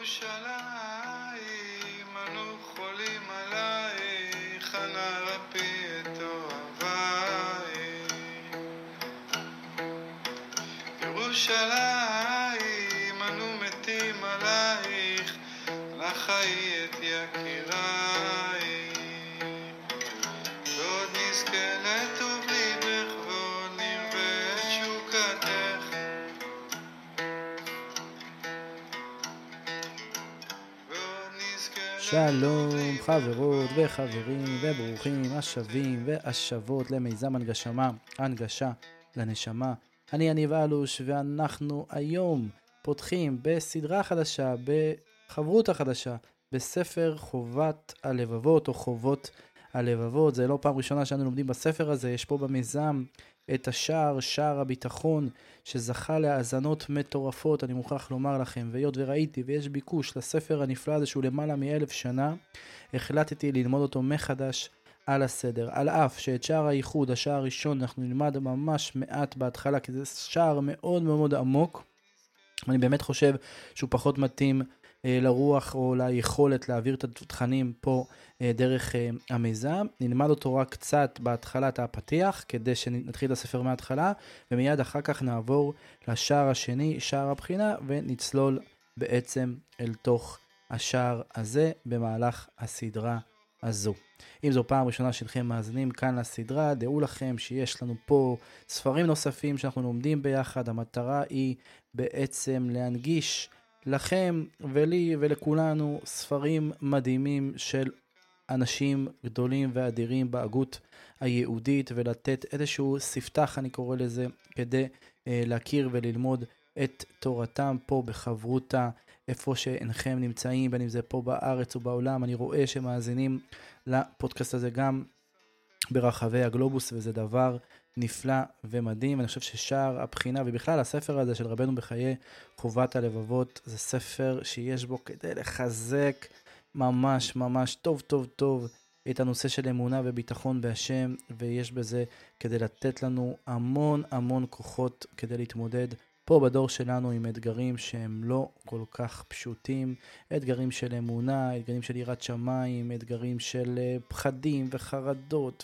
ירושלים, אנו חולים עלייך, אנא רפי את אוהבייך. ירושלים, אנו מתים עלייך, אנא חיי את יקירייך. ועוד נזכה לטוב ליבך, ועוד נרבה את שוקתך. שלום חברות וחברים וברוכים השבים והשבות למיזם הנגשה לנשמה. אני יניב אלוש, ואנחנו היום פותחים בסדרה חדשה, בחברותה חדשה, בספר חובת הלבבות או חובות הלבבות. זה לא פעם ראשונה שאנו לומדים בספר הזה. יש פה במיזם את השער, שער הביטחון, שזכה להאזנות מטורפות, אני מוכרח לומר לכם, והיות וראיתי ויש ביקוש לספר הנפלא הזה שהוא למעלה מ1000 שנה, החלטתי ללמוד אותו מחדש על הסדר. על אף שאת שער הייחוד, השער הראשון, אנחנו נלמד ממש מעט בהתחלה, כי זה שער מאוד מאוד עמוק, ואני באמת חושב שהוא פחות מתאים לרוח או ליכולת להעביר את התכנים פה דרך המיזם. נלמד אותו רק קצת בהתחלת הפתיח, כדי שנתחיל את הספר מההתחלה, ומיד אחר כך נעבור לשער השני, שער הבחינה, ונצלול בעצם אל תוך השער הזה במהלך הסדרה הזו. אם זו פעם ראשונה שלכם מאזינים כאן לסדרה, דעו לכם שיש לנו פה ספרים נוספים שאנחנו לומדים ביחד. המטרה היא בעצם להנגיש לכם ולי ולכולנו ספרים מדהימים של אנשים גדולים ואדירים בהגות היהודית, ולתת איזשהו ספתח, אני קורא לזה, כדי להכיר וללמוד את תורתם פה בחברותה, איפה שאינכם נמצאים, בין אם זה פה בארץ או בעולם. אני רואה שמאזינים לפודקאסט הזה גם ברחבי הגלובוס, וזה דבר נפלא ומדהים. אני חושב ששער הבחינה, ובכלל הספר הזה של רבנו בחיי חובת הלבבות, זה ספר שיש בו כדי לחזק ממש ממש טוב טוב טוב את הנושא של אמונה וביטחון בהשם, ויש בזה כדי לתת לנו המון המון כוחות כדי להתמודד פה בדור שלנו עם אתגרים שהם לא כל כך פשוטים, אתגרים של אמונה, אתגרים של יראת שמיים, אתגרים של פחדים וחרדות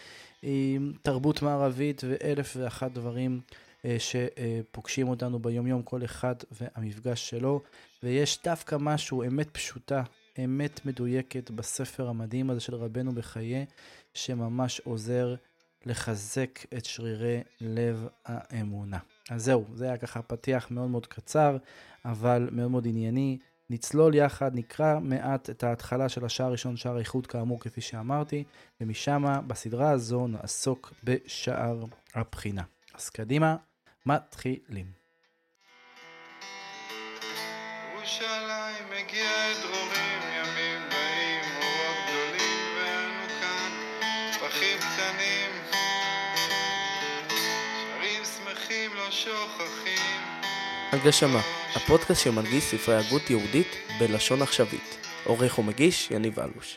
ותרבות מערבית ואלף ואחת דברים שפוגשים אותנו ביום יום, כל אחד והמפגש שלו. ויש דווקא משהו, אמת פשוטה, אמת מדויקת בספר המדהים הזה של רבנו בחיי, שממש עוזר לחזק את שרירי לב האמונה. אז זהו, זה היה ככה פתיח מאוד מאוד קצר, אבל מאוד מאוד ענייני. נצלול יחד, נקרא מעט את ההתחלה של השער הראשון, שער הייחוד כאמור כפי שאמרתי, ומשם בסדרה הזו נעסוק בשער הבחינה. אז קדימה, מתחילים. ירושלים מגיע את דרורים, ימים באים אורות גדולים, ואנו כאן פחים קטנים, שרים שמחים לא שוכחים. הנגשמה, הפודקאסט שמנגיש ספרי הגות יהודית בלשון עכשווית. עורך ומגיש יניב אלוש.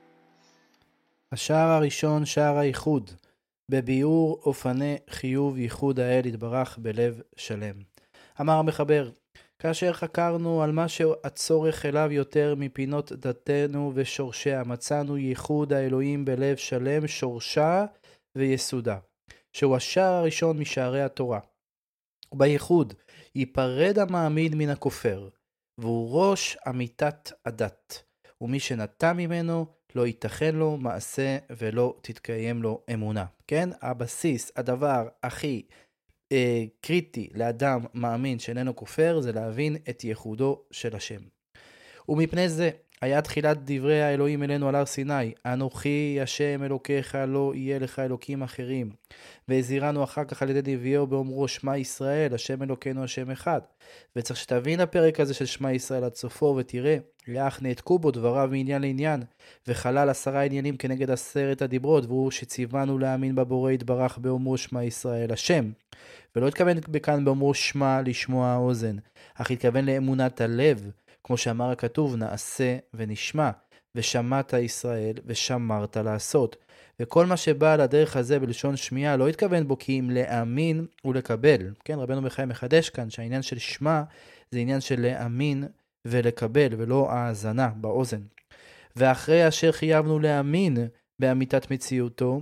השער הראשון, שער הייחוד, בביאור אופני חיוב ייחוד האל יתברך בלב שלם. אמר המחבר, כאשר חקרנו על מה שהצורך אליו יותר מפינות דתנו ושורשיה, מצאנו ייחוד האלוהים בלב שלם, שורשה ויסודה, שהוא השער הראשון משערי התורה. ובייחוד ייפרד המאמין מן הכופר, והוא ראש אמיתת הדת, ומי שנטע ממנו לא ייתכן לו מעשה ולא תתקיים לו אמונה. כן? הבסיס, הדבר הכי קריטי לאדם מאמין שאיננו כופר, זה להבין את ייחודו של השם. ומפני זה היה תחילת דברי האלוהים אלינו על הר סיני, אנוכי השם אלוקיך, לא יהיה לך אלוקים אחרים. והזהירנו אחר כך על ידי נביאו באומרו שמע ישראל, השם אלוקינו השם אחד. וצריך שתבין הפרק הזה של שמע ישראל עד סופו, ותראה לאח נעתקו בו דבריו מעניין לעניין, וחלל 10 עניינים כנגד 10 הדיברות, והוא שציוונו להאמין בבורא יתברך באומרו שמע ישראל השם. ולא התכוון בכאן באומרו שמע לשמוע האוזן, אך התכוון לאמונת הלב, כמו שאמר הכתוב, נעשה ונשמע, ושמעת ישראל ושמרת לעשות. וכל מה שבא על הדרך הזה בלשון שמיעה לא התכוון בו כי אם להאמין ולקבל. כן, רבנו בחיי מחדש כאן שהעניין של שמע זה עניין של להאמין ולקבל, ולא האזנה באוזן. ואחרי אשר חייבנו להאמין באמיתת מציאותו,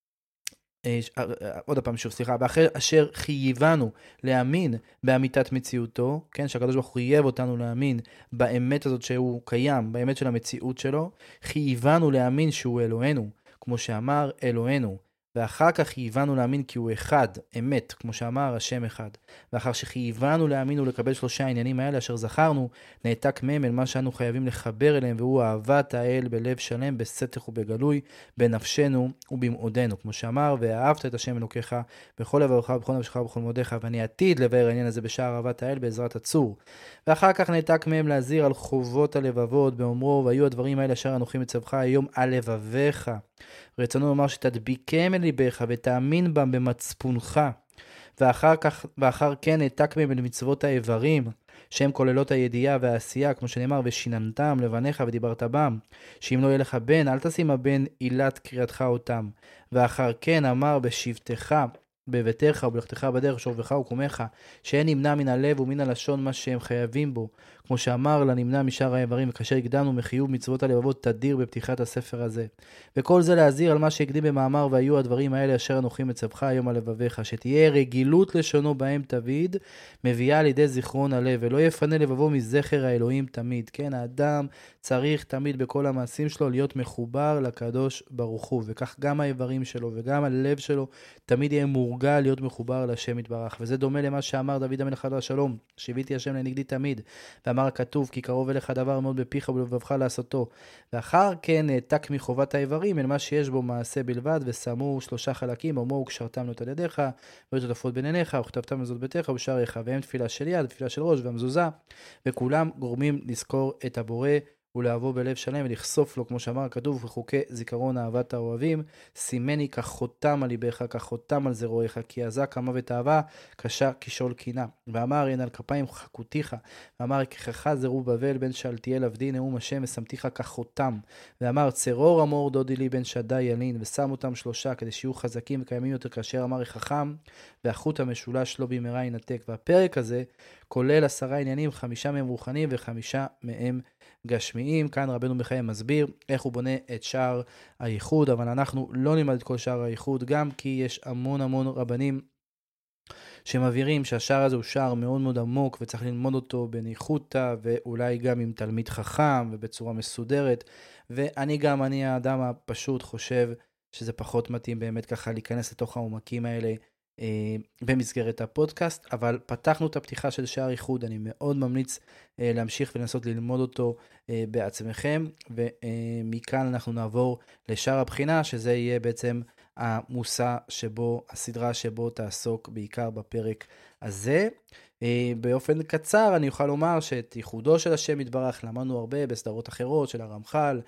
עוד הפעם שוב, סליחה, ואחרי אשר חייבנו להאמין באמיתת מציאותו, כן, שהקדוש ברוך הוא חייב אותנו להאמין באמת הזאת שהוא קיים, באמת של המציאות שלו, חייבנו להאמין שהוא אלוהינו, כמו שאמר אלוהינו, ואחר כך חייבנו להאמין כי הוא אחד, אמת, כמו שאמר השם אחד. ואחר שחייבנו להאמין ולקבל שלושה העניינים האלה אשר זכרנו, נעתק מהם אל מה שאנו חייבים לחבר אליהם, והוא אהבת האל בלב שלם, בסתר ובגלוי, בנפשנו ובמאודנו. כמו שאמר, ואהבת את השם אלוקיך בכל לבבך ובכל נפשך ובכל מאודיך, ואני עתיד לבאר העניין הזה בשער אהבת האל בעזרת הצור. ואחר כך נעתק מהם להזהיר על חובות הלבבות, באומרו, והיו הדברים האלה אשר אנוכי מצווך היום על לבביך. רצונו לומר שתדביקם אל ליבך ותאמין בם במצפונך, ואחר כן העתק מהם אל מצוות האיברים, שהם כוללות הידיעה והעשייה, כמו שנאמר, ושיננתם לבניך ודיברת בם, שאם לא יהיה לך בן, אל תשים הבן עילת קריאתך אותם. ואחר כן אמר בשבתך, בביתך ובלכתך בדרך, שורבך וקומך, שאין נמנע מן הלב ומן הלשון מה שהם חייבים בו, כמו שאמר לנמנע משאר האיברים, וכאשר הקדמנו מחיוב מצוות הלבבות תדיר בפתיחת הספר הזה. וכל זה להזהיר על מה שהקדים במאמר, והיו הדברים האלה אשר אנוכי מצווך היום על לבביך, שתהיה רגילות לשונו בהם תמיד, מביאה לידי זיכרון הלב, ולא יפנה לבבו מזכר האלוהים תמיד. כן, האדם צריך תמיד בכל המעשים שלו להיות מחובר לקדוש ברוך הוא, וכך גם האיברים שלו וגם הלב שלו תמיד יהיה מורגל להיות מחובר לשם יתברך. וזה דומה למה שאמר דוד המלך עליו השלום, שיביתי השם לנגדי תמיד, ואמר הכתוב, כי קרוב אליך דבר מאוד בפיך ובלבבך לעשותו. ואחר כן העתק מחובת האיברים אל מה שיש בו מעשה בלבד, ושמו 3 חלקים, אמרו וקשרתם לו את ידיך, והיו תותפות בין עיניך, וכתבתם מזוזות ביתך ובשעריך, והם תפילה של יד, תפילה של ראש והמזוזה, וכולם גורמים לזכור את הבורא ולאהבו בלב שלם ולחשוף לו, כמו שאמר הכתוב, בחוקי זיכרון אהבת האוהבים, סימני כחותם על ליבך, כחותם על זרועיך, כי עזה כמוות אהבה, קשה כשול קינה. ואמר אין על כפיים חקותיך, ואמר ככך זרו בבל בן שאלתיאל עבדי נאום השם ושמתיך כחותם. ואמר צרור אמור דודי לי בן שדי ילין, ושם אותם 3 כדי שיהיו חזקים וקיימים יותר, כאשר אמר חכם, והחוט המשולש לא במהרה ינתק. והפרק הזה כולל 10 עניינים, 5 מהם רוחניים ו5 מהם גשמיים. כאן רבנו בחיי מסביר איך הוא בונה את שער הייחוד, אבל אנחנו לא נלמד את כל שער הייחוד, גם כי יש המון רבנים שמבהירים שהשער הזה הוא שער מאוד מאוד עמוק, וצריך ללמוד אותו בניחותא, ואולי גם עם תלמיד חכם ובצורה מסודרת. אני האדם הפשוט חושב שזה פחות מתאים באמת ככה להיכנס לתוך העומקים האלה במסגרת הפודקאסט, אבל פתחנו את הפתיחה של שער ייחוד. אני מאוד ממליץ להמשיך ולנסות ללמוד אותו בעצמכם, ומכאן אנחנו נעבור לשער הבחינה, שזה יהיה בעצם המושא שבו, הסדרה שבו תעסוק בעיקר בפרק הזה. באופן קצר אני אוכל לומר שאת ייחודו של השם יתברך למדנו הרבה בסדרות אחרות של הרמח"ל,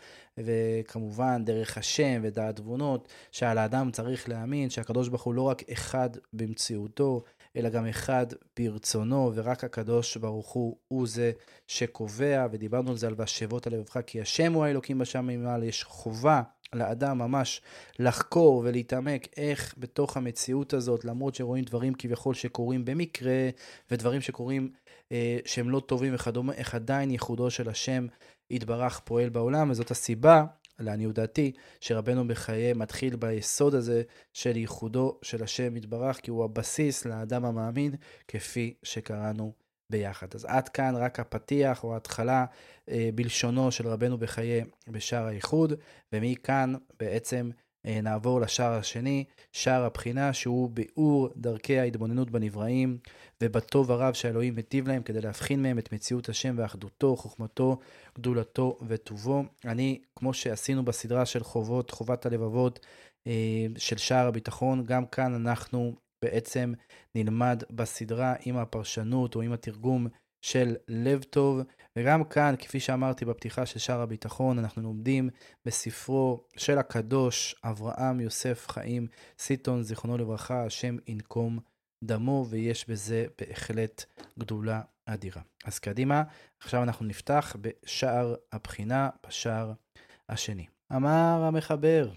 וכמובן דרך השם ודעת תבונות, שעל האדם צריך להאמין שהקדוש ברוך הוא לא רק אחד במציאותו, אלא גם אחד ברצונו, ורק הקדוש ברוך הוא זה שקובע. ודיברנו על זה על והשבות על לבבך, כי השם הוא האלוקים בשמיים ממעל. יש חובה לאדם ממש לחקור ולהתעמק איך בתוך המציאות הזאת, למרות שרואים דברים כביכול שקורים במקרה, ודברים שקורים שהם לא טובים וכדומה, איך עדיין ייחודו של השם יתברך פועל בעולם. וזאת הסיבה, לעניות דעתי, שרבנו בחיי מתחיל ביסוד הזה של ייחודו של השם יתברך, כי הוא הבסיס לאדם המאמין, כפי שקראנו ביחד. אז עד כאן רק הפתיח או ההתחלה בלשונו של רבנו בחיי בשער הייחוד, ומכאן בעצם נעבור לשער השני, שער הבחינה, שהוא ביאור דרכי ההתבוננות בנבראים ובטוב הרב שהאלוהים מטיב להם, כדי להבחין מהם את מציאות השם ואחדותו, חוכמתו, גדולתו וטובו. כמו שעשינו בסדרה של חובת הלבבות של שער הביטחון, גם כאן אנחנו בעצם נלמד בסדרה עם הפרשנות או עם התרגום של לב טוב. וגם כאן, כפי שאמרתי בפתיחה של שער הביטחון, אנחנו לומדים בספרו של הקדוש אברהם יוסף חיים סיטון, זיכרונו לברכה, השם ינקום דמו, ויש בזה בהחלט גדולה אדירה. אז קדימה, עכשיו אנחנו נפתח בשער הבחינה, בשער השני. אמר המחבר,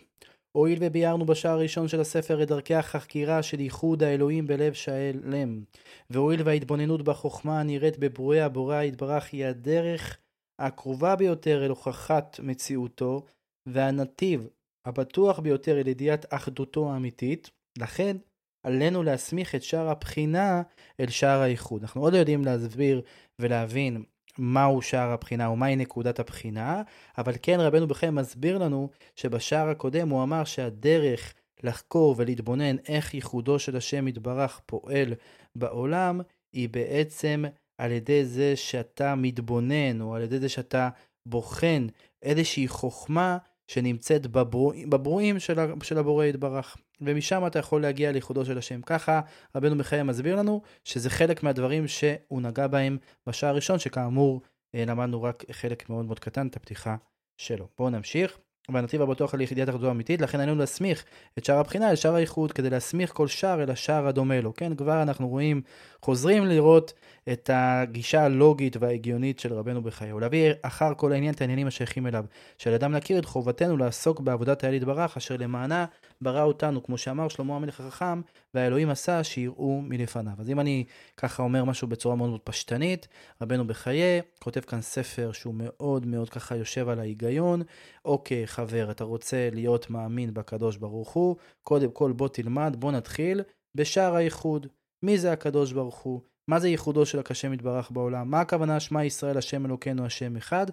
הואיל וביארנו בשער הראשון של הספר את דרכי החקירה של ייחוד האלוהים בלב שלם, והואיל וההתבוננות בחוכמה הנראית בברואי הבורא יתברך היא הדרך הקרובה ביותר אל הוכחת מציאותו, והנתיב הבטוח ביותר אל ידיעת אחדותו האמיתית, לכן עלינו להסמיך את שער הבחינה אל שער הייחוד. אנחנו עוד לא יודעים להסביר ולהבין מהו שער הבחינה ומהי נקודת הבחינה, אבל כן רבנו בחיי מסביר לנו שבשער הקודם הוא אמר שהדרך לחקור ולהתבונן איך ייחודו של השם יתברך פועל בעולם, היא בעצם על ידי זה שאתה מתבונן, או על ידי זה שאתה בוחן איזושהי חוכמה שנמצאת בברואים של הבורא יתברך. ומשם אתה יכול להגיע לייחודו של השם. ככה רבנו בחיי מסביר לנו שזה חלק מהדברים שהוא נגע בהם בשער הראשון, שכאמור למדנו רק חלק מאוד מאוד קטן, את הפתיחה שלו. בואו נמשיך. והנתיב הבטוח על ידיעת אחדותו האמיתית, לכן עלינו להסמיך את שער הבחינה אל שער הייחוד, כדי להסמיך כל שער אל השער הדומה לו. כן, כבר אנחנו רואים, חוזרים לראות את הגישה הלוגית וההגיונית של רבנו בחיי, ולהביא אחר כל העניין את העניינים השייכים אליו, של אדם להכיר את חובתנו לעסוק בעבודת האל יתברך, אשר למענה ברא אותנו, כמו שאמר שלמה המלך החכם, והאלוהים עשה שיראו מלפניו. אז אם אני ככה אומר משהו בצורה מאוד מאוד פשטנית, רבנו בחיי כותב כאן ספר שהוא מאוד מאוד ככה יושב על ההיגיון. אוקיי, חבר, אתה רוצה להיות מאמין בקדוש ברוך הוא, קודם כל בוא תלמד, בוא נתחיל בשער הייחוד. מי זה הקדוש ברוך הוא? מה זה ייחודו של השם יתברך בעולם? מה הכוונה שמע ישראל השם אלוקינו השם אחד?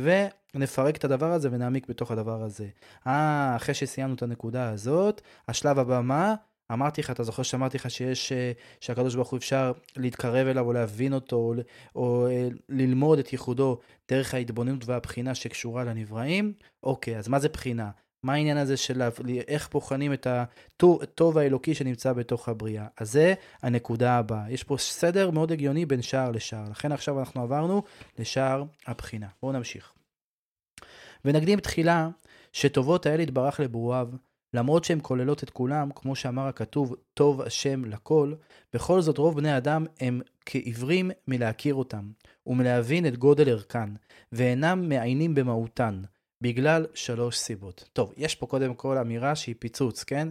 ונפרק את הדבר הזה ונעמיק בתוך הדבר הזה. אחרי שסיימנו את הנקודה הזאת, השלב הבא מה? אמרתי לך, אתה זוכר שאמרתי לך שהקדוש ברוך הוא אפשר להתקרב אליו או להבין אותו או ללמוד את ייחודו דרך ההתבוננות והבחינה שקשורה לנבראים? אוקיי, אז מה זה בחינה? מה העניין הזה של איך בוחנים את הטוב האלוקי שנמצא בתוך הבריאה? אז זה הנקודה הבאה. יש פה סדר מאוד הגיוני בין שער לשער. לכן עכשיו אנחנו עברנו לשער הבחינה. בואו נמשיך. ונקדים תחילה שטובות האל יתברך לברואיו, למרות שהן כוללות את כולם, כמו שאמר הכתוב, טוב השם לכל, בכל זאת רוב בני אדם הם כעיוורים מלהכיר אותם, ומלהבין את גודל ערכן, ואינם מעיינים במהותן, בגלל 3 סיבות. טוב, יש פה קודם כל אמירה שהיא פיצוץ, כן?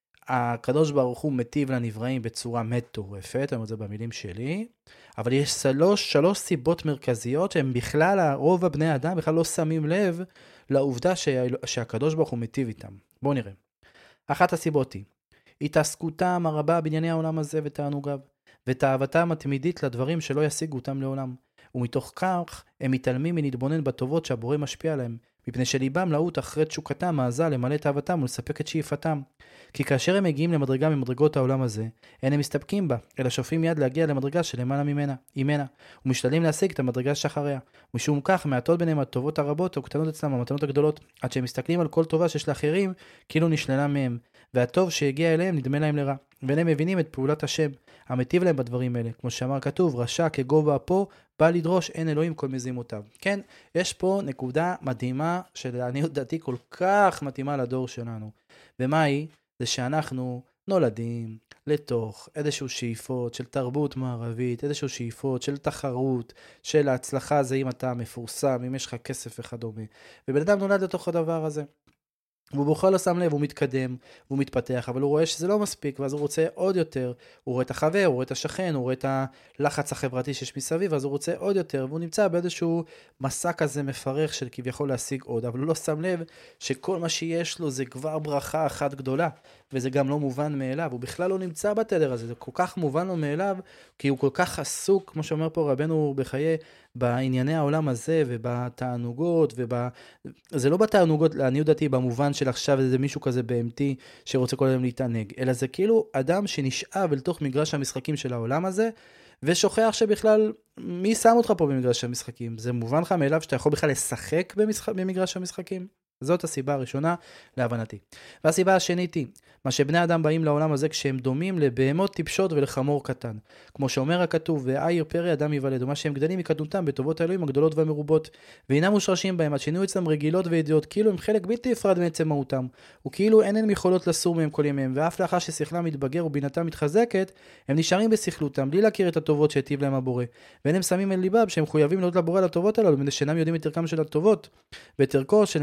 הקדוש ברוך הוא מטיב לנבראים בצורה מטורפת, אני אומר את זה במילים שלי, אבל יש 3 סיבות מרכזיות שהם בכלל, רוב הבני אדם בכלל לא שמים לב לעובדה שהקדוש ברוך הוא מטיב איתם. בואו נראה. אחת הסיבות היא התעסקותם הרבה בענייני העולם הזה ותענוגיו, ותאוותם התמידית לדברים שלא ישיגו אותם לעולם, ומתוך כך הם מתעלמים מלהתבונן בטובות שהבורא משפיע עליהם, מפני שליבם לעוט אחרי תשוקתם מעזה למלא תאוותם ולספק את שאיפתם. כי כאשר הם מגיעים למדרגה ממדרגות העולם הזה, אין הם מסתפקים בה, אלא שואפים יד להגיע למדרגה שלמעלה ממנה, ומשתדלים להשיג את המדרגה שאחריה. ומשום כך מעטות ביניהם הטובות הרבות או קטנות אצלם המתנות הגדולות, עד שהם מסתכלים על כל טובה שיש לאחרים, כאילו נשללה מהם, והטוב שהגיע אליהם נדמה להם לרע. ואינם מבינים את פעולת השם, המטיב להם בדברים האלה. כמו שאמר כתוב, רשע כגובה אפו, בא לדרוש, אין אלוהים כל מזימותיו. כן, יש פה נקודה מדהימה, שלעניות דעתי כל כך מתאימה לדור שלנו. ומה היא? זה שאנחנו נולדים לתוך איזשהו שאיפות של תרבות מערבית, איזשהו שאיפות של תחרות, של ההצלחה זה אם אתה מפורסם, אם יש לך כסף וכדומה. ובן אדם נולד לתוך הדבר הזה. והוא בכלל לא שם לב, הוא מתקדם, הוא מתפתח, אבל הוא רואה שזה לא מספיק, ואז הוא רוצה עוד יותר. הוא רואה את החבר, הוא רואה את השכן, הוא רואה את הלחץ החברתי שיש מסביב, אז הוא רוצה עוד יותר, והוא נמצא באיזשהו מסע כזה מפרך של כביכול להשיג עוד, אבל הוא לא שם לב שכל מה שיש לו זה כבר ברכה אחת גדולה, וזה גם לא מובן מאליו, הוא בכלל לא נמצא בתדר הזה, זה כל כך מובן לו מאליו, כי הוא כל כך עסוק, כמו שאומר פה רבנו בחיי, בענייני העולם הזה, ובתענוגות, זה לא בתענוגות, לעניות דעתי, במובן של עכשיו זה מישהו כזה בהמתי, שרוצה כל היום להתענג, אלא זה כאילו אדם שנשאב אל תוך מגרש המשחקים של העולם הזה, ושוכח שבכלל, מי שם אותך פה במגרש המשחקים? זה מובן לך מאליו שאתה יכול בכלל לשחק במגרש המשחקים? זאת הסיבה הראשונה להבנתי. והסיבה השנית היא, מה שבני אדם באים לעולם הזה כשהם דומים לבהמות טיפשות ולחמור קטן. כמו שאומר הכתוב, והעיר פרא אדם יוולד, ומה שהם גדלים מקטנותם בטובות האלוהים הגדולות והמרובות, ואינם מושרשים בהם, עד שינו אצלם רגילות וידיעות, כאילו הם חלק בלתי נפרד מעצם מהותם, וכאילו אין יכולות לסור מהם כל ימיהם, ואף לאחר ששכלם מתבגר ובינתם מתחזקת, הם נשארים בשכלותם, בלי להכיר את הטובות שהיטיב להם הבורא. ואין הם שמים אל ליבם שהם מחויבים להודות לבורא לטובות הללו, מפני שאינם יודעים את ערכם של הטובות, ואת ערכו של מי שמטיב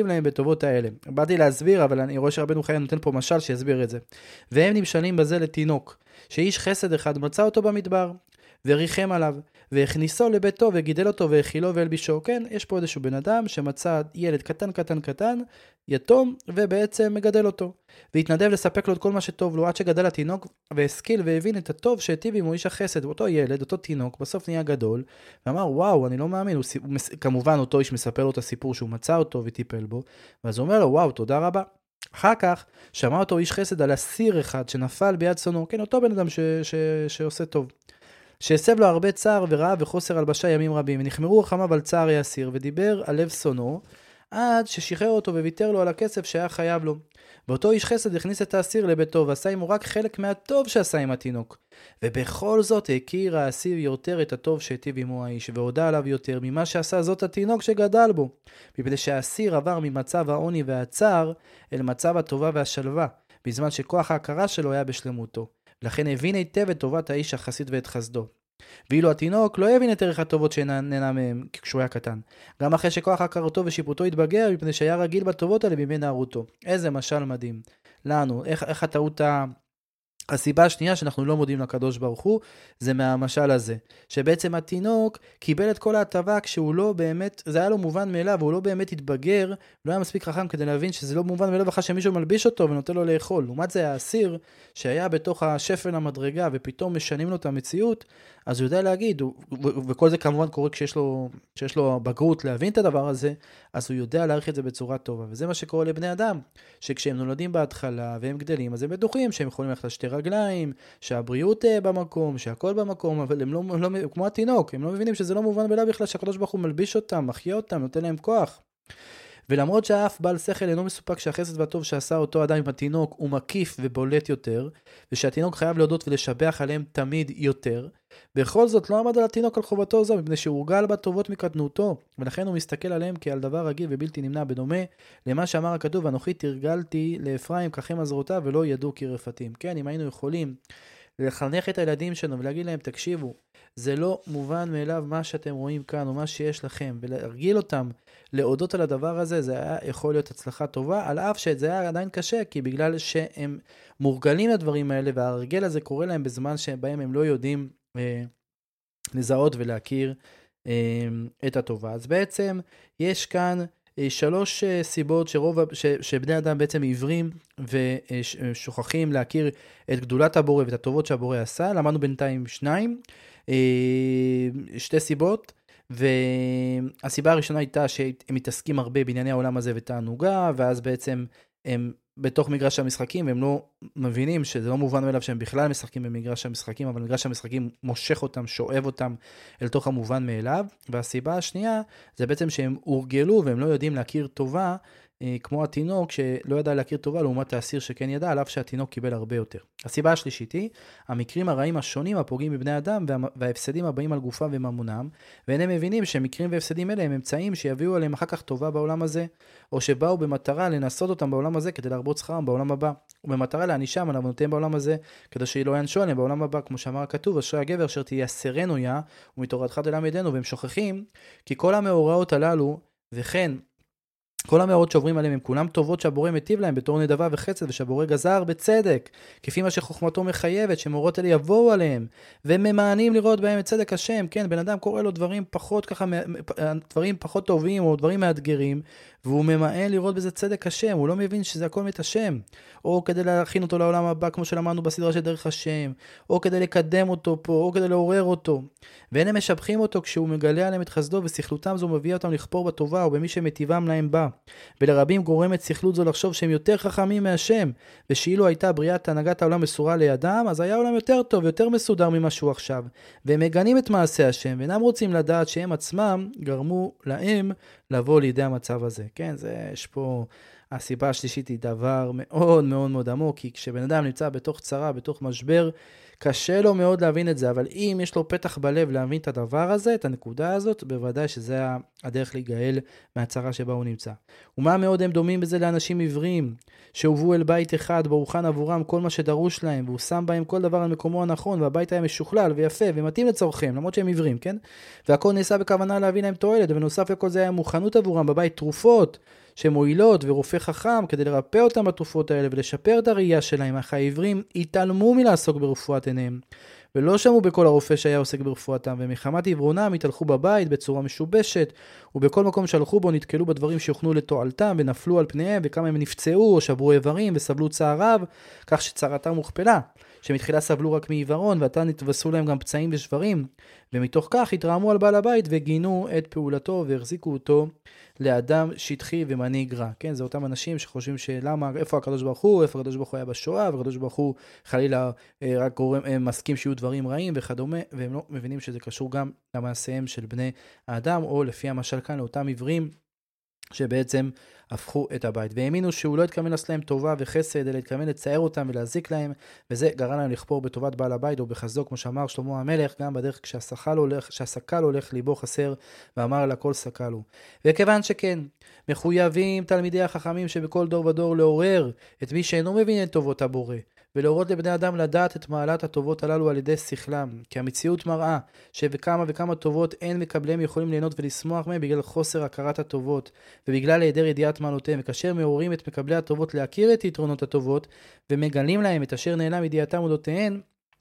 ומיטיב להם בטובות האלה. באתי להסביר, אבל אני רואה שרבנו חיה נותן פה משל שיסביר את זה. והם נמשלים בזה לתינוק, שאיש חסד אחד מצא אותו במדבר, וריחם עליו, והכניסו לביתו וגידל אותו והאכילו והלבישו. כן, יש פה איזשהו בן אדם שמצא ילד קטן, יתום, ובעצם מגדל אותו. והתנדב לספק לו את כל מה שטוב לו, עד שגדל התינוק והשכיל והבין את הטוב שהיטיב עמו איש החסד. אותו ילד, אותו תינוק, בסוף נהיה גדול, ואמר, וואו, אני לא מאמין. כמובן, אותו איש מספר לו את הסיפור שהוא מצא אותו וטיפל בו, ואז הוא אומר לו, וואו, תודה רבה. אחר כך, שמע אותו איש חסד על אסיר אחד שנפל ביד שונאו. כן, אותו בן אדם שעושה טוב. שהסב לו הרבה צער ורעב וחוסר הלבשה ימים רבים, ונחמרו רחמיו על צער האסיר, ודיבר על לב שונאו, עד ששחרר אותו וויתר לו על הכסף שהיה חייב לו. ואותו איש חסד הכניס את האסיר לביתו, ועשה עמו רק חלק מהטוב שעשה עם התינוק. ובכל זאת הכיר האסיר יותר את הטוב שהיטיב עמו האיש, והודע עליו יותר ממה שעשה זאת התינוק שגדל בו. מפני שהאסיר עבר ממצב העוני והצער אל מצב הטובה והשלווה, בזמן שכוח ההכרה שלו היה בשלמותו. לכן הבין היטב את טובת האיש החסיד ואת חסדו. ואילו התינוק לא הבין את ערך הטובות שנהנה מהם כשהוא היה קטן. גם אחרי שכוח הכרתו ושיפוטו התבגר, מפני שהיה רגיל בטובות האלה בימי נערותו. איזה משל מדהים. לנו, איך הטעות הסיבה השנייה שאנחנו לא מודים לקדוש ברוך הוא, זה מהמשל הזה. שבעצם התינוק קיבל את כל ההטבה כשהוא לא באמת, זה היה לו מובן מאליו, והוא לא באמת התבגר, לא היה מספיק חכם כדי להבין שזה לא מובן מאליו אחרי שמישהו מלביש אותו ונותן לו לאכול. לעומת זה האסיר שהיה בתוך השפל המדרגה ופתאום משנים לו את המציאות, אז הוא יודע להגיד, וכל זה כמובן קורה כשיש לו בגרות להבין את הדבר הזה, אז הוא יודע להעריך את זה בצורה טובה. וזה מה שקורה לבני אדם, שכשהם נולדים בהתחלה והם גדלים, אז הם בטוחים שהם יכולים ללכת על שתי רגליים, שהבריאות במקום, שהכל במקום, אבל הם לא, כמו התינוק, הם לא מבינים שזה לא מובן מאליו בכלל שהקדוש ברוך הוא מלביש אותם, מחיה אותם, נותן להם כוח. ולמרות שהאף בעל שכל אינו מסופק שהחסד והטוב שעשה אותו אדם עם התינוק הוא מקיף ובולט יותר, ושהתינוק חייב להודות ולשבח עליהם תמיד יותר, בכל זאת לא עמד על התינוק על חובתו זו, מפני שהוא הורגל בטובות מקטנותו, ולכן הוא מסתכל עליהם כעל דבר רגיל ובלתי נמנע, בדומה למה שאמר הכתוב, אנוכי תרגלתי לאפרים ככם עזרותיו ולא ידעו כרפתים. כן, אם היינו יכולים לחנך את הילדים שלנו ולהגיד להם, תקשיבו, זה לא מובן מאליו מה שאתם רואים כאן או מה שיש לכם, ולהרגיל אותם להודות על הדבר הזה, זה היה יכול להיות הצלחה טובה, על אף שזה היה עדיין קשה, כי בגלל שהם מורגלים לדברים האלה, וההרגל הזה קורה להם בזמן שבהם הם לא יודעים לזהות ולהכיר את הטובה. אז בעצם יש כאן 3 סיבות שבני אדם בעצם עיוורים ושוכחים להכיר את גדולת הבורא ואת הטובות שהבורא עשה. למדנו בינתיים 2 סיבות, והסיבה הראשונה הייתה שהם מתעסקים הרבה בענייני העולם הזה ותענוגה, ואז בעצם הם בתוך מגרש המשחקים, והם לא מבינים שזה לא מובן מאליו שהם בכלל משחקים במגרש המשחקים, אבל מגרש המשחקים מושך אותם, שואב אותם אל תוך המובן מאליו. והסיבה השנייה זה בעצם שהם הורגלו והם לא יודעים להכיר טובה, כמו התינוק שלא ידע להכיר טובה לעומת האסיר שכן ידע, על אף שהתינוק קיבל הרבה יותר. הסיבה השלישית היא, המקרים הרעים השונים הפוגעים בבני אדם וההפסדים הבאים על גופם וממונם, ואינם מבינים שמקרים והפסדים אלה הם אמצעים שיביאו עליהם אחר כך טובה בעולם הזה, או שבאו במטרה לנסות אותם בעולם הזה כדי להרבות שכרם בעולם הבא, ובמטרה להנישם על עוונותיהם בעולם הזה, כדי שלא יענשו עליהם בעולם הבא, כמו שאמר הכתוב, אשרי הגבר אשר תייסרנו יה, ומתורתך תלמדנו, והם שוכחים, כי כל המאורעות הללו, וכן כל המאורעות שעוברים עליהם הם כולם טובות שהבורא מטיב להם בתור נדבה וחסד, ושהבורא גזר בצדק, כפי מה שחוכמתו מחייבת, שמאורות אלה יבואו עליהם, וממאנים לראות בהם את צדק השם. כן, בן אדם קורא לו דברים פחות ככה, דברים פחות טובים או דברים מאתגרים, והוא ממאן לראות בזה צדק השם, הוא לא מבין שזה הכל מת השם, או כדי להכין אותו לעולם הבא, כמו שלמדנו בסדרה של דרך השם, או כדי לקדם אותו פה, או כדי לעורר אותו, ואין הם משבחים אותו כשהוא מגלה עליהם את חסדו, ושכלותם זו מביאה אותם לכפור בטובה, או במי שמטיבם להם בא. ולרבים גורמת שכלות זו לחשוב שהם יותר חכמים מהשם, ושאילו הייתה בריאת הנהגת העולם מסורה לידם, אז היה עולם יותר טוב, יותר מסודר ממה שהוא עכשיו, והם מגנים את מעשה השם, ואינם רוצים לדעת שהם עצמם גרמו להם לבוא לידי המצב הזה. כן, יש פה, הסיבה השלישית היא דבר מאוד מאוד מאוד עמוק, כי כשבן אדם נמצא בתוך צרה, בתוך משבר, קשה לו מאוד להבין את זה, אבל אם יש לו פתח בלב להבין את הדבר הזה, את הנקודה הזאת, בוודאי שזה הדרך להיגאל מהצרה שבה הוא נמצא. ומה מאוד הם דומים בזה לאנשים עיוורים, שהובאו אל בית אחד, ברוכן עבורם כל מה שדרוש להם, והוא שם בהם כל דבר על מקומו הנכון, והבית היה משוכלל ויפה ומתאים לצורכם, למרות שהם עיוורים, כן? והכל נעשה בכוונה להביא להם תועלת, ונוסף לכל זה היה מוכנות עבורם בבית תרופות, שמועילות ורופא חכם כדי לרפא אותם בתרופות האלה ולשפר את הראייה שלהם, אך העברים התעלמו מלעסוק ברפואת עיניהם. ולא שמעו בכל הרופא שהיה עוסק ברפואתם, ומחמת עברונם התהלכו בבית בצורה משובשת, ובכל מקום שהלכו בו נתקלו בדברים שיוכנו לתועלתם, ונפלו על פניהם, וכמה הם נפצעו או שברו איברים וסבלו צער רב, כך שצערתם מוכפלה, שמתחילה סבלו רק מעיוורון, ועתה נתווספו להם גם פצעים ושברים, ומתוך כך התרעמו על בעל הבית וגינו את פעולתו והחזיקו אותו לאדם שטחי ומנהיג רע. כן, זה אותם אנשים שחושבים שלמה, איפה הקדוש ברוך הוא, איפה הקדוש ברוך הוא היה בשואה, והקדוש ברוך הוא חלילה רק מסכים שיהיו דברים רעים וכדומה, והם לא מבינים שזה קשור גם למעשיהם של בני האדם, או לפי המשל כאן לאותם עברים שבעצם הפכו את הבית. והאמינו שהוא לא התכוון לעשות להם טובה וחסד, אלא התכוון לצייר אותם ולהזיק להם, וזה גרם להם לכפור בטובת בעל הבית או בחסדו, כמו שאמר שלמה המלך, גם בדרך כשהסקל הולך ליבו חסר, ואמר לכל סקל הוא. וכיוון שכן, מחויבים תלמידי החכמים שבכל דור ודור לעורר את מי שאינו מבין את טובות הבורא, ולהורות לבני אדם לדעת את מעלת הטובות הללו על ידי שכלם, כי המציאות מראה שבכמה וכמה טובות אין מקבליהם יכולים ליהנות ולשמוח מהם בגלל חוסר הכרת הטובות, ובגלל היעדר ידיעת מעלותיהם, וכאשר מעוררים את מקבלי הטובות להכיר את יתרונות הטובות, ומגלים להם את אשר נעלם ידיעתם אודותיהן,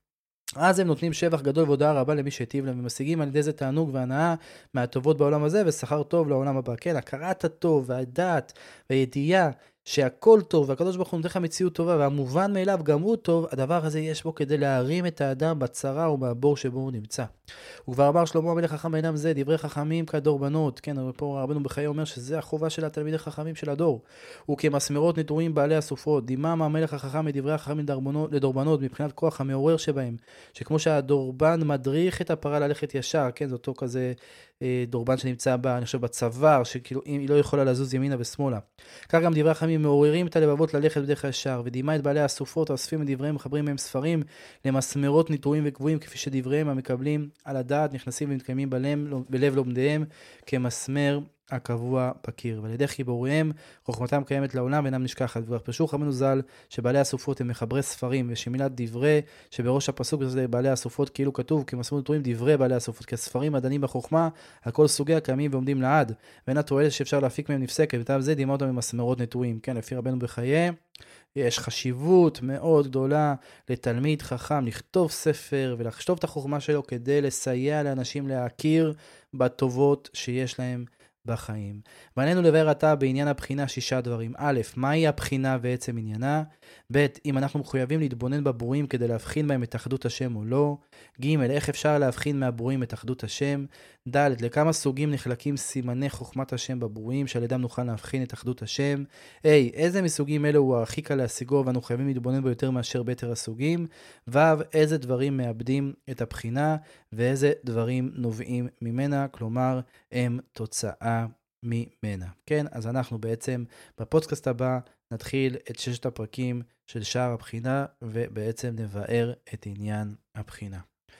אז הם נותנים שבח גדול והודעה רבה למי שהטיב להם, ומשיגים על ידי זה תענוג והנאה מהטובות בעולם הזה, ושכר טוב לעולם הבא. כן, הכרת הטוב והדעת והידיעה שהכל טוב, והקדוש ברוך הוא נותן לך מציאות טובה, והמובן מאליו גם הוא טוב, הדבר הזה יש בו כדי להרים את האדם בצרה ובבור שבו הוא נמצא. הוא כבר אמר שלמה המלך חכם בעינם זה, דברי חכמים כדורבנות, כן, פה רבנו בחיי אומר שזה החובה של התלמידי חכמים של הדור. הוא כמסמרות נטורים בעלי הסופרות, דימם המלך החכם מדברי החכמים לדורבנות, מבחינת כוח המעורר שבהם, שכמו שהדורבן מדריך את הפרה ללכת ישר, כן, זה אותו כזה דורבן שנמצא אני חושב בצוואר, שכאילו היא לא יכולה לזוז ימינה ושמאלה. כך גם דברי החכמים מעוררים את הלבבות ללכת בדרך הישר, ודימה את בעלי הסופרות האוספים את דבריהם, מחברים מהם ספרים למסמרות ניטורים וקבועים, כפי שדבריהם המקבלים על הדעת נכנסים ומתקיימים בלב לומדיהם כמסמר הקבוע בקיר, ועל ידי חיבוריהם חוכמתם קיימת לעולם ואינם נשכחת. וכבר פרשו חכמינו ז"ל שבעלי הסופרות הם מחברי ספרים, ושמילת דברי שבראש הפסוק הזה בעלי הסופרות כאילו כתוב כמסמרות ניטורים דברי בעלי הסופרות, כספרים הדנים בחוכמה על כל סוגי הקיימים ועומדים לעד, ואין התועלת שאפשר להפיק מהם נפסקת, וטעם זה דימה אותם ממסמרות ניטורים. כן, לפי רבנו בחיי יש חשיבות מאוד גדולה לתלמיד חכם לכתוב ספר ולכתוב את החוכמה שלו כדי לסייע לאנשים להכיר בטובות שיש להם בחיים. ועלינו לבאר עתה בעניין הבחינה 6 דברים. א', מהי הבחינה ועצם עניינה? ב', אם אנחנו מחויבים להתבונן בבורים כדי להבחין בהם את אחדות השם או לא. ג', איך אפשר להבחין מהבורים את אחדות השם? ד', לכמה סוגים נחלקים סימני חוכמת השם בבורים שעל ידם נוכל להבחין את אחדות השם? איזה מסוגים אלו הוא הכי קל להשיגו ואנו חייבים להתבונן בו יותר מאשר ביתר הסוגים? איזה דברים מאבדים את הבחינה ואיזה דברים נובעים ממנה, כלומר הם תוצאה ממנה. כן, אז אנחנו בעצם בפודקאסט הבא נתחיל את 6 הפרקים של שער הבחינה ובעצם נבאר את עניין הבחינה.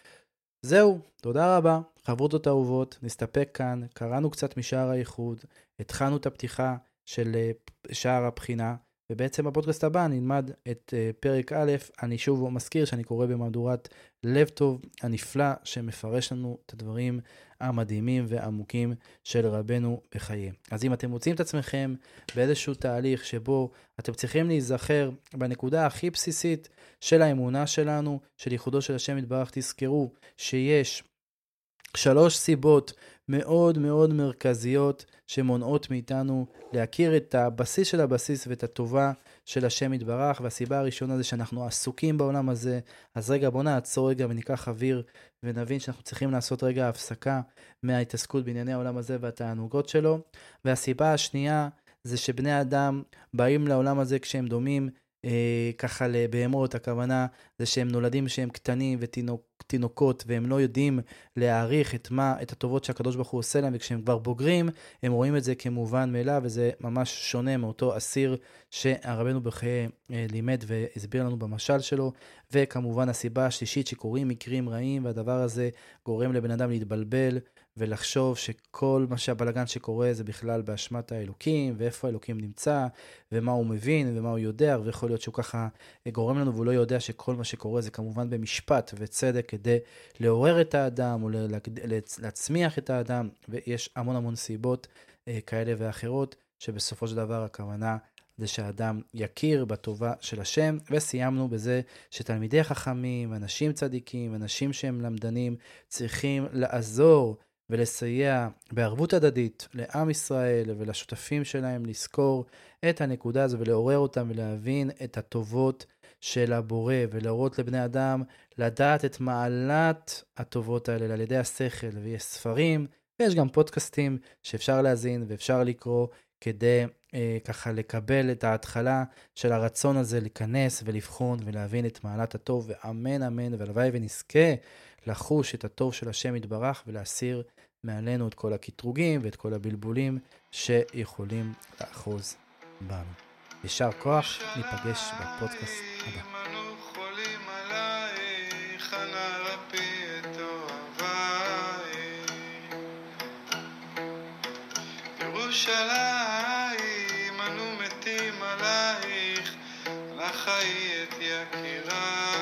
זהו, תודה רבה, חברות אהובות, נסתפק כאן, קראנו קצת משער הייחוד, התחלנו את הפתיחה של שער הבחינה, ובעצם בפודקאסט הבא נלמד את פרק א', אני שוב מזכיר שאני קורא במהדורת לב טוב הנפלא, שמפרש לנו את הדברים המדהימים והעמוקים של רבנו בחיי. אז אם אתם מוצאים את עצמכם באיזשהו תהליך שבו אתם צריכים להיזכר בנקודה הכי בסיסית של האמונה שלנו, של ייחודו של השם יתברך, תזכרו שיש 3 סיבות מאוד מאוד מרכזיות שמונעות מאיתנו להכיר את הבסיס של הבסיס ואת הטובה של השם יתברך, והסיבה הראשונה זה שאנחנו עסוקים בעולם הזה. אז רגע, בוא נעצור רגע וניקח אוויר ונבין שאנחנו צריכים לעשות רגע הפסקה מההתעסקות בענייני העולם הזה והתענוגות שלו. והסיבה השנייה זה שבני אדם באים לעולם הזה כשהם דומים ככה לבהמות, הכוונה זה שהם נולדים שהם קטנים ותינוקות, והם לא יודעים להעריך את הטובות שהקדוש ברוך הוא עושה להם, וכשהם כבר בוגרים הם רואים את זה כמובן מאליו, וזה ממש שונה מאותו אסיר שהרבנו בחיי לימד והסביר לנו במשל שלו. וכמובן הסיבה השלישית שקורים מקרים רעים, והדבר הזה גורם לבן אדם להתבלבל ולחשוב שכל מה שהבלגן שקורה זה בכלל באשמת האלוקים, ואיפה האלוקים נמצא, ומה הוא מבין, ומה הוא יודע, ויכול להיות שהוא ככה גורם לנו, והוא לא יודע שכל מה שקורה זה כמובן במשפט וצדק, כדי לעורר את האדם, או להצמיח את האדם, ויש המון סיבות כאלה ואחרות, שבסופו של דבר הכוונה זה שהאדם יכיר בטובה של השם, וסיימנו בזה שתלמידי חכמים, אנשים צדיקים, אנשים שהם למדנים, צריכים לעזור ולסייע בערבות הדדית לעם ישראל ולשותפים שלהם לזכור את הנקודה הזו ולעורר אותם ולהבין את הטובות של הבורא ולהורות לבני אדם לדעת את מעלת הטובות האלה על ידי השכל, ויש ספרים ויש גם פודקאסטים שאפשר להזין ואפשר לקרוא כדי ככה לקבל את ההתחלה של הרצון הזה להיכנס ולבחון ולהבין את מעלת הטוב, ואמן אמן, ולוואי ונזכה לחוש את הטוב של השם יתברך ולהסיר מעלינו את כל הקטרוגים ואת כל הבלבולים שיכולים לאחוז בנו. ישר כוח, ניפגש בפודקאסט הבא. אנו חולים עלייך, אנא רפי את אוהבייך. ירושלים, אנו מתים עלייך, אנא חיי את יקירייך.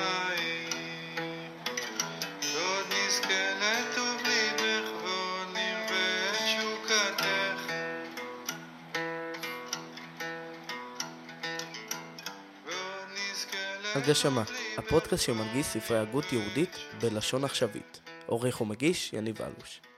ועוד נזכה לטוב ליבך, ועוד נרווה את שוקתך. ועוד נזכה הגשמה, הפודקאסט שמנגיש ספרי הגות יהודית בלשון עכשווית. עורך ומגיש יניב אלוש.